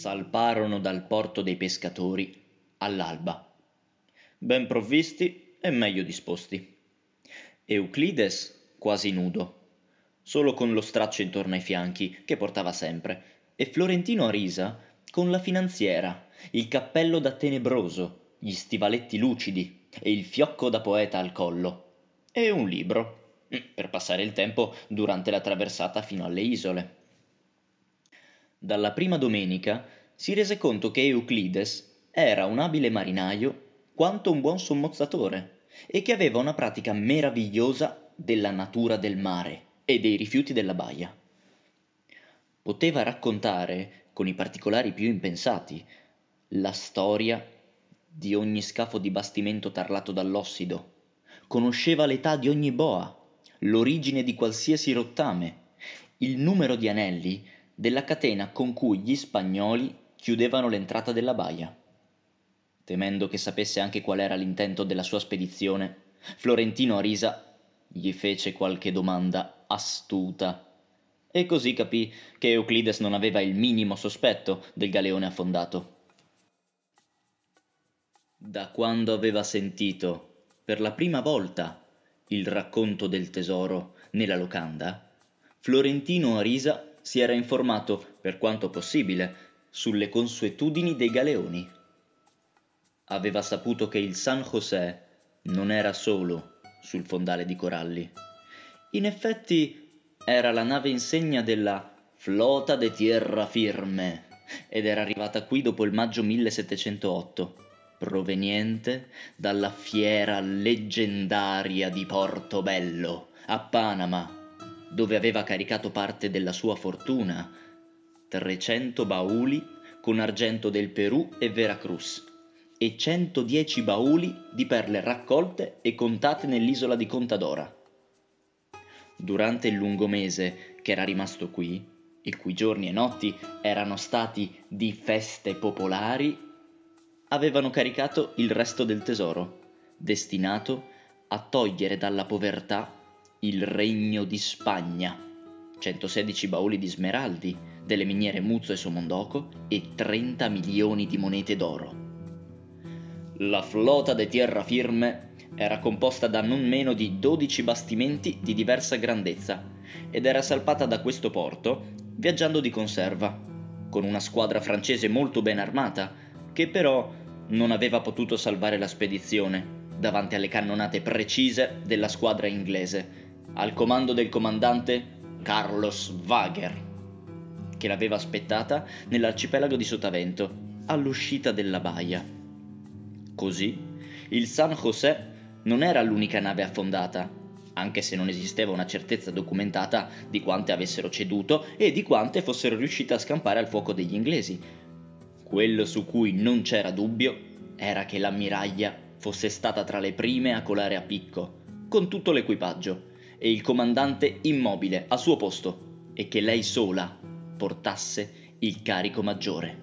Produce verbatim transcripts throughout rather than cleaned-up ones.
salparono dal porto dei pescatori all'alba, ben provvisti e meglio disposti. Euclides quasi nudo, solo con lo straccio intorno ai fianchi che portava sempre, e Florentino Arisa con la finanziera, il cappello da tenebroso, gli stivaletti lucidi e il fiocco da poeta al collo, e un libro, per passare il tempo durante la traversata fino alle isole. Dalla prima domenica si rese conto che Euclides era un abile marinaio quanto un buon sommozzatore e che aveva una pratica meravigliosa della natura del mare e dei rifiuti della baia. Poteva raccontare, con i particolari più impensati, la storia di ogni scafo di bastimento tarlato dall'ossido, conosceva l'età di ogni boa, l'origine di qualsiasi rottame, il numero di anelli della catena con cui gli spagnoli chiudevano l'entrata della baia. Temendo che sapesse anche qual era l'intento della sua spedizione, Florentino Arisa gli fece qualche domanda astuta, e così capì che Euclides non aveva il minimo sospetto del galeone affondato. Da quando aveva sentito per la prima volta il racconto del tesoro nella locanda, Florentino Arisa si era informato, per quanto possibile, sulle consuetudini dei galeoni. Aveva saputo che il San José non era solo sul fondale di coralli. In effetti era la nave insegna della Flota de Tierra Firme ed era arrivata qui dopo il maggio millesettecentootto, proveniente dalla fiera leggendaria di Portobello, a Panama, dove aveva caricato parte della sua fortuna, trecento bauli con argento del Perù e Veracruz, e centodieci bauli di perle raccolte e contate nell'isola di Contadora. Durante il lungo mese che era rimasto qui, i cui giorni e notti erano stati di feste popolari, avevano caricato il resto del tesoro, destinato a togliere dalla povertà il regno di Spagna, centosedici bauli di smeraldi, delle miniere Muzzo e Somondoco e trenta milioni di monete d'oro. La Flota de Tierra Firme era composta da non meno di dodici bastimenti di diversa grandezza ed era salpata da questo porto viaggiando di conserva, con una squadra francese molto ben armata, che però non aveva potuto salvare la spedizione davanti alle cannonate precise della squadra inglese, al comando del comandante Carlos Wager, che l'aveva aspettata nell'arcipelago di Sotavento, all'uscita della baia. Così, il San José non era l'unica nave affondata, anche se non esisteva una certezza documentata di quante avessero ceduto e di quante fossero riuscite a scampare al fuoco degli inglesi. Quello su cui non c'era dubbio era che l'ammiraglia fosse stata tra le prime a colare a picco, con tutto l'equipaggio, e il comandante immobile a suo posto, e che lei sola portasse il carico maggiore.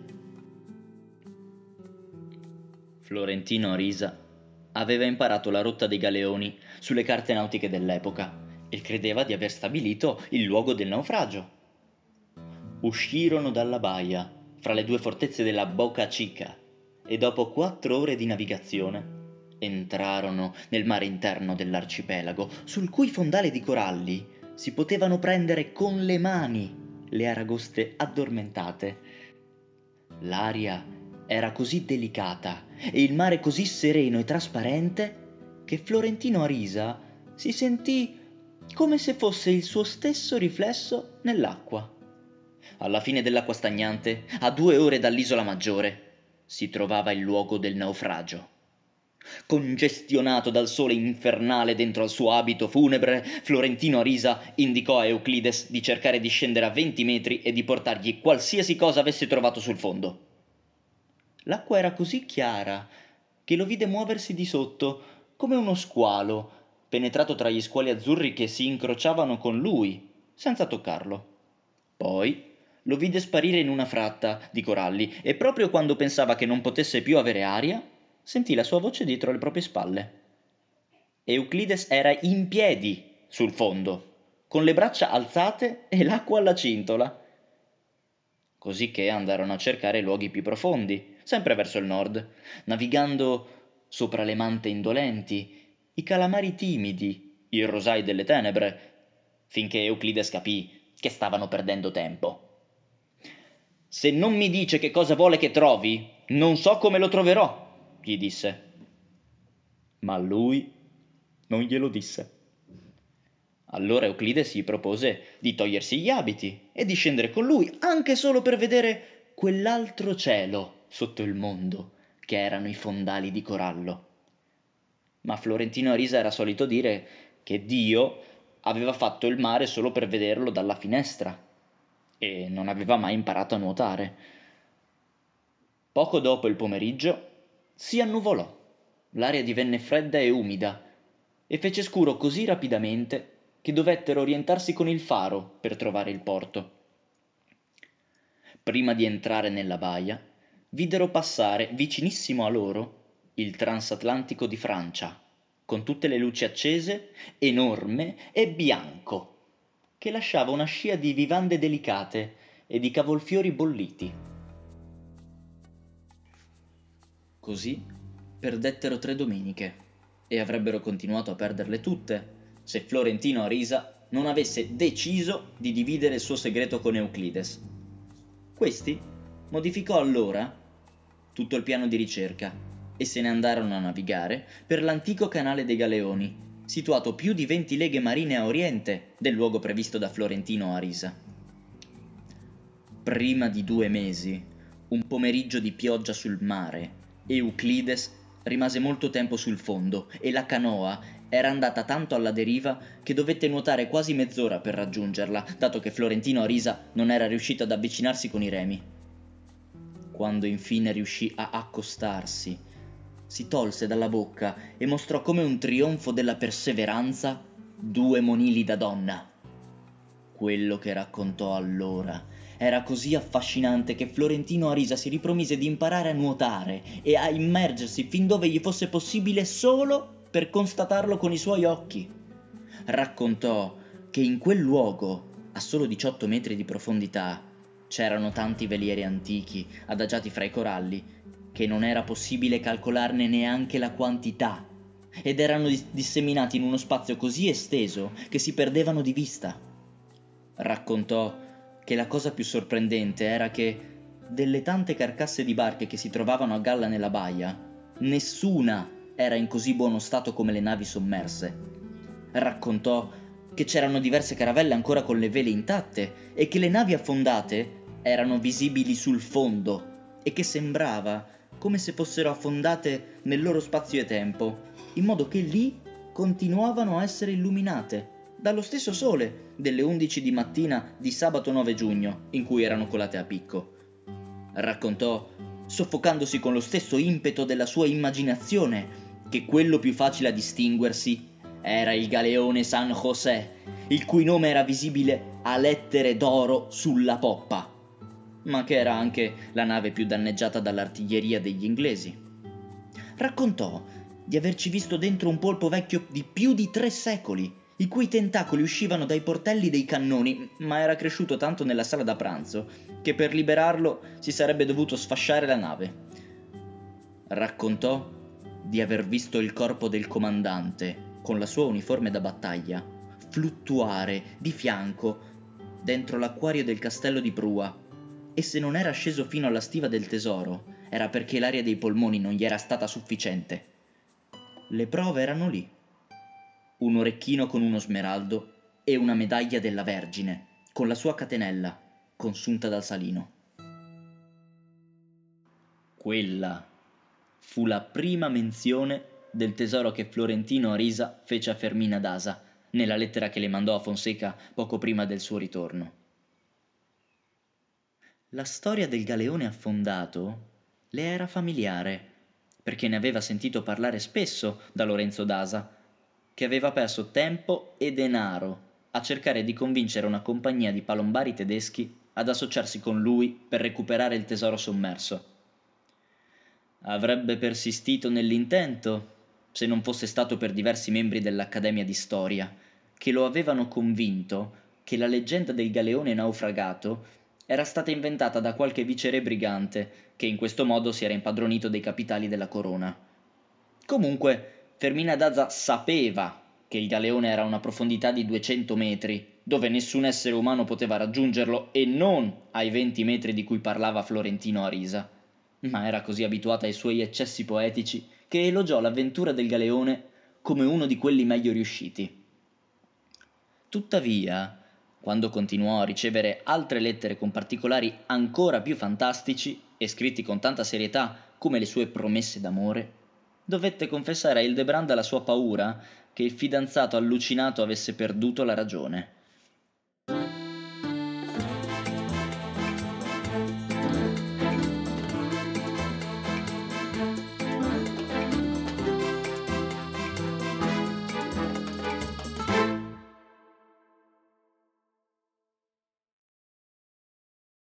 Florentino Arisa aveva imparato la rotta dei galeoni sulle carte nautiche dell'epoca e credeva di aver stabilito il luogo del naufragio. Uscirono dalla baia, fra le due fortezze della Boca Chica, e dopo quattro ore di navigazione entrarono nel mare interno dell'arcipelago, sul cui fondale di coralli si potevano prendere con le mani le aragoste addormentate. L'aria era così delicata e il mare così sereno e trasparente che Florentino Arisa si sentì come se fosse il suo stesso riflesso nell'acqua. Alla fine dell'acqua stagnante, a due ore dall'isola maggiore, si trovava il luogo del naufragio. Congestionato dal sole infernale dentro al suo abito funebre, Florentino Arisa indicò a Euclides di cercare di scendere a venti metri e di portargli qualsiasi cosa avesse trovato sul fondo. L'acqua era così chiara che lo vide muoversi di sotto come uno squalo, penetrato tra gli squali azzurri che si incrociavano con lui, senza toccarlo. Poi lo vide sparire in una fratta di coralli e proprio quando pensava che non potesse più avere aria, sentì la sua voce dietro le proprie spalle. Euclides era in piedi sul fondo, con le braccia alzate e l'acqua alla cintola. così che andarono a cercare luoghi più profondi, sempre verso il nord, navigando sopra le mante indolenti, i calamari timidi, i rosai delle tenebre, finché Euclides capì che stavano perdendo tempo. «Se non mi dice che cosa vuole che trovi, non so come lo troverò», gli disse. Ma lui non glielo disse. Allora Euclide si propose di togliersi gli abiti e di scendere con lui, anche solo per vedere quell'altro cielo sotto il mondo, che erano i fondali di corallo. Ma Florentino Arisa era solito dire che Dio aveva fatto il mare solo per vederlo dalla finestra e non aveva mai imparato a nuotare. Poco dopo il pomeriggio si annuvolò, l'aria divenne fredda e umida e fece scuro così rapidamente che dovettero orientarsi con il faro per trovare il porto. Prima di entrare nella baia, videro passare vicinissimo a loro il transatlantico di Francia, con tutte le luci accese, enorme e bianco, che lasciava una scia di vivande delicate e di cavolfiori bolliti. Così perdettero tre domeniche e avrebbero continuato a perderle tutte se Florentino Arisa non avesse deciso di dividere il suo segreto con Euclides. Questi modificò allora tutto il piano di ricerca e se ne andarono a navigare per l'antico canale dei Galeoni, situato più di venti leghe marine a oriente del luogo previsto da Florentino Arisa. Prima di due mesi, un pomeriggio di pioggia sul mare, Euclides rimase molto tempo sul fondo e la canoa era andata tanto alla deriva che dovette nuotare quasi mezz'ora per raggiungerla, dato che Florentino Arisa non era riuscito ad avvicinarsi con i remi. Quando infine riuscì a accostarsi, si tolse dalla bocca e mostrò come un trionfo della perseveranza due monili da donna. Quello che raccontò allora era così affascinante che Florentino Arisa si ripromise di imparare a nuotare e a immergersi fin dove gli fosse possibile solo per constatarlo con i suoi occhi. Raccontò che in quel luogo, a solo diciotto metri di profondità, c'erano tanti velieri antichi adagiati fra i coralli che non era possibile calcolarne neanche la quantità ed erano dis- disseminati in uno spazio così esteso che si perdevano di vista. Raccontò che la cosa più sorprendente era che delle tante carcasse di barche che si trovavano a galla nella baia, nessuna era in così buono stato come le navi sommerse. Raccontò che c'erano diverse caravelle ancora con le vele intatte e che le navi affondate erano visibili sul fondo e che sembrava come se fossero affondate nel loro spazio e tempo, in modo che lì continuavano a essere illuminate dallo stesso sole delle undici di mattina di sabato nove giugno, in cui erano colate a picco. Raccontò, soffocandosi con lo stesso impeto della sua immaginazione, che quello più facile a distinguersi era il galeone San José, il cui nome era visibile a lettere d'oro sulla poppa, ma che era anche la nave più danneggiata dall'artiglieria degli inglesi. Raccontò di averci visto dentro un polpo vecchio di più di tre secoli, i cui tentacoli uscivano dai portelli dei cannoni, ma era cresciuto tanto nella sala da pranzo che per liberarlo si sarebbe dovuto sfasciare la nave. Raccontò di aver visto il corpo del comandante, con la sua uniforme da battaglia, fluttuare di fianco dentro l'acquario del castello di Prua, e se non era sceso fino alla stiva del tesoro era perché l'aria dei polmoni non gli era stata sufficiente. Le prove erano lì: un orecchino con uno smeraldo e una medaglia della Vergine con la sua catenella consunta dal salino. Quella fu la prima menzione del tesoro che Florentino Arisa fece a Fermina Daza nella lettera che le mandò a Fonseca poco prima del suo ritorno. La storia del galeone affondato le era familiare, perché ne aveva sentito parlare spesso da Lorenzo Daza, che aveva perso tempo e denaro a cercare di convincere una compagnia di palombari tedeschi ad associarsi con lui per recuperare il tesoro sommerso. Avrebbe persistito nell'intento se non fosse stato per diversi membri dell'Accademia di Storia, che lo avevano convinto che la leggenda del galeone naufragato era stata inventata da qualche viceré brigante, che in questo modo si era impadronito dei capitali della corona. Comunque, Fermina Daza sapeva che il galeone era a una profondità di duecento metri, dove nessun essere umano poteva raggiungerlo, e non ai venti metri di cui parlava Florentino Arisa. Ma era così abituata ai suoi eccessi poetici che elogiò l'avventura del galeone come uno di quelli meglio riusciti. Tuttavia, quando continuò a ricevere altre lettere con particolari ancora più fantastici e scritti con tanta serietà come le sue promesse d'amore, dovette confessare a Hildebranda la sua paura che il fidanzato allucinato avesse perduto la ragione